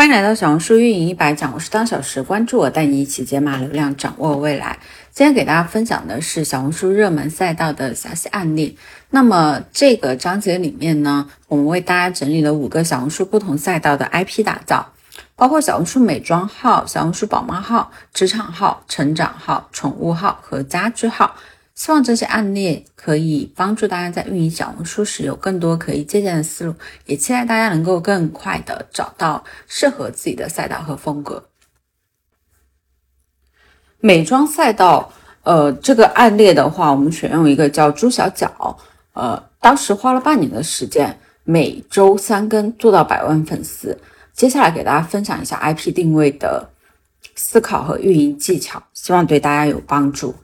欢迎来到小红书运营100讲，我是当小时，关注我，带你一起解码流量，掌握未来。今天给大家分享的是小红书热门赛道的详细案例。那么这个章节里面呢，我们为大家整理了5个小红书不同赛道的 IP 打造，包括小红书美妆号、小红书宝妈号、职场号、成长号、宠物号和家居号。希望这些案例可以帮助大家在运营小红书时有更多可以借鉴的思路，也期待大家能够更快的找到适合自己的赛道和风格。美妆赛道这个案例的话，我们选用一个叫朱小脚，当时花了半年的时间，每周3更做到100万粉丝。接下来给大家分享一下 IP 定位的思考和运营技巧，希望对大家有帮助。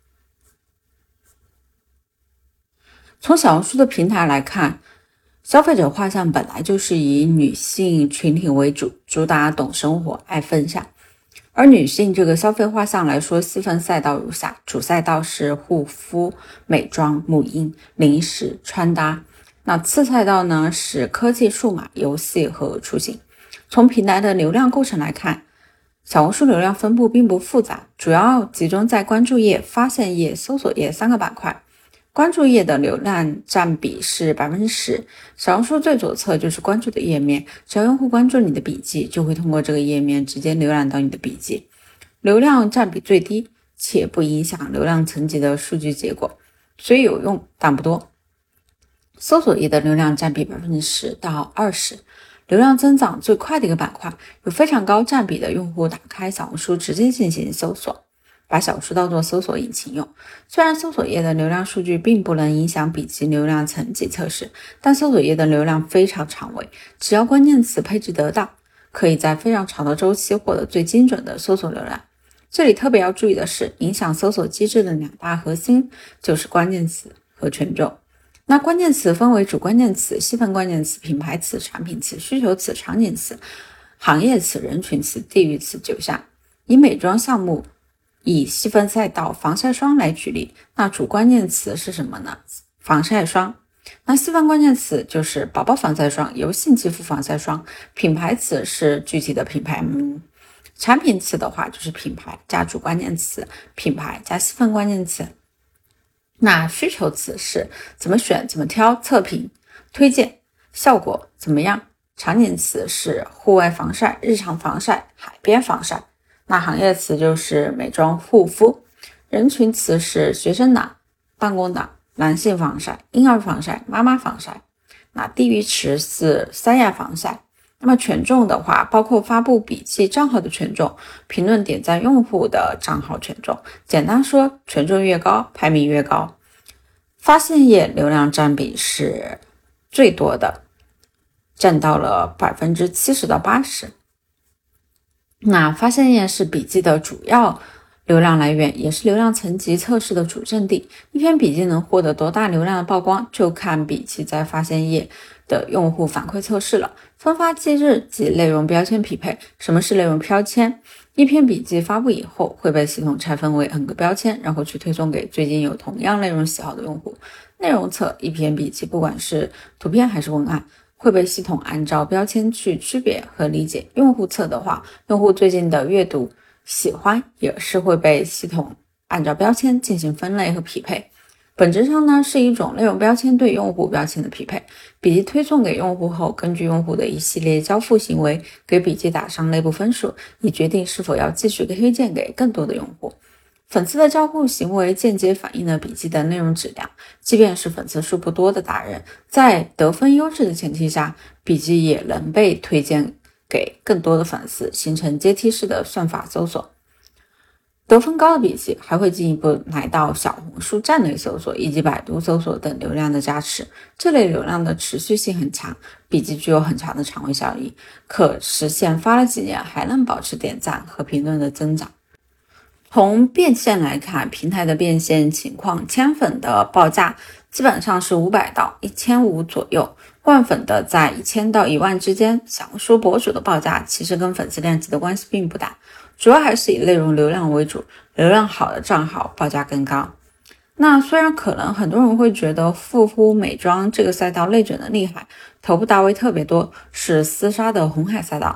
从小红书的平台来看，消费者画像本来就是以女性群体为主，主打懂生活、爱分享。而女性这个消费画像来说，细分赛道如下：主赛道是护肤、美妆、母婴、零食、穿搭。那次赛道呢是科技、数码、游戏和出行。从平台的流量构成来看，小红书流量分布并不复杂，主要集中在关注页、发现页、搜索页3个板块。关注页的流量占比是 10%， 小红书最左侧就是关注的页面，只要用户关注你的笔记，就会通过这个页面直接浏览到你的笔记。流量占比最低，且不影响流量层级的数据结果，所以有用但不多。搜索页的流量占比 10% 到 20%， 流量增长最快的一个板块，有非常高占比的用户打开小红书直接进行搜索，把小红书当作搜索引擎用。虽然搜索页的流量数据并不能影响笔记流量层级测试，但搜索页的流量非常长尾，只要关键词配置得当，可以在非常长的周期获得最精准的搜索流量。这里特别要注意的是，影响搜索机制的2大核心就是关键词和权重。那关键词分为主关键词、细分关键词、品牌词、产品词、需求词、场景词、行业词、人群词、地域词9项。以美妆项目以细分赛道防晒霜来举例，那主关键词是什么呢？防晒霜。那细分关键词就是宝宝防晒霜、油性肌肤防晒霜，品牌词是具体的品牌名，产品词的话就是品牌加主关键词，品牌加细分关键词。那需求词是怎么选、怎么挑、测评、推荐、效果怎么样。场景词是户外防晒、日常防晒、海边防晒。那行业词就是美妆护肤。人群词是学生党、办公党、男性防晒、婴儿防晒、妈妈防晒。那地域词是三亚防晒。那么权重的话，包括发布笔记账号的权重、评论点赞用户的账号权重。简单说，权重越高，排名越高。发现页流量占比是最多的，占到了 70% 到 80%。那发现页是笔记的主要流量来源，也是流量层级测试的主阵地。一篇笔记能获得多大流量的曝光，就看笔记在发现页的用户反馈测试了。分发机制及内容标签匹配。什么是内容标签？一篇笔记发布以后，会被系统拆分为 N 个标签，然后去推送给最近有同样内容喜好的用户。内容侧，一篇笔记不管是图片还是文案，会被系统按照标签去区别和理解。用户侧的话，用户最近的阅读喜欢也是会被系统按照标签进行分类和匹配。本质上呢，是一种内容标签对用户标签的匹配。笔记推送给用户后，根据用户的一系列交付行为，给笔记打上内部分数，以决定是否要继续推荐给更多的用户。粉丝的交互行为间接反映了笔记的内容质量，即便是粉丝数不多的达人，在得分优质的前提下，笔记也能被推荐给更多的粉丝，形成阶梯式的算法搜索。得分高的笔记还会进一步来到小红书站内搜索以及百度搜索等流量的加持，这类流量的持续性很强，笔记具有很强的长尾效益，可实现发了几年还能保持点赞和评论的增长。从变现来看，平台的变现情况，1000粉的报价基本上是500到1500左右，10000粉的在1000到10000之间。小红书博主的报价其实跟粉丝量级的关系并不大，主要还是以内容流量为主，流量好的账号报价更高。那虽然可能很多人会觉得护肤美妆这个赛道内卷的厉害，头部大 V 特别多，是厮杀的红海赛道，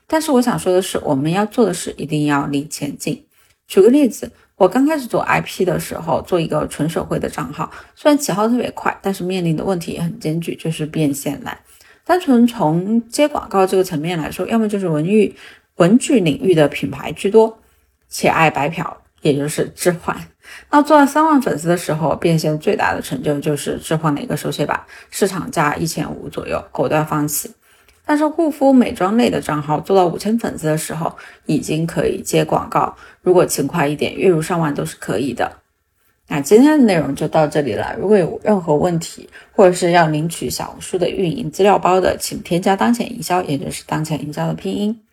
但是我想说的是，我们要做的事一定要离前进。举个例子，我刚开始做 IP 的时候，做一个纯手绘的账号，虽然起号特别快，但是面临的问题也很艰巨，就是变现难。单纯从接广告这个层面来说，要么就是文具领域的品牌居多，且爱白嫖，也就是置换。那做到3万粉丝的时候，变现最大的成就就是置换了一个手写板，市场价1500左右，果断放弃。但是护肤美妆类的账号做到5000粉丝的时候，已经可以接广告，如果勤快一点，月入上万都是可以的。那今天的内容就到这里了，如果有任何问题，或者是要领取小红书的运营资料包的，请添加当前营销，也就是当前营销的拼音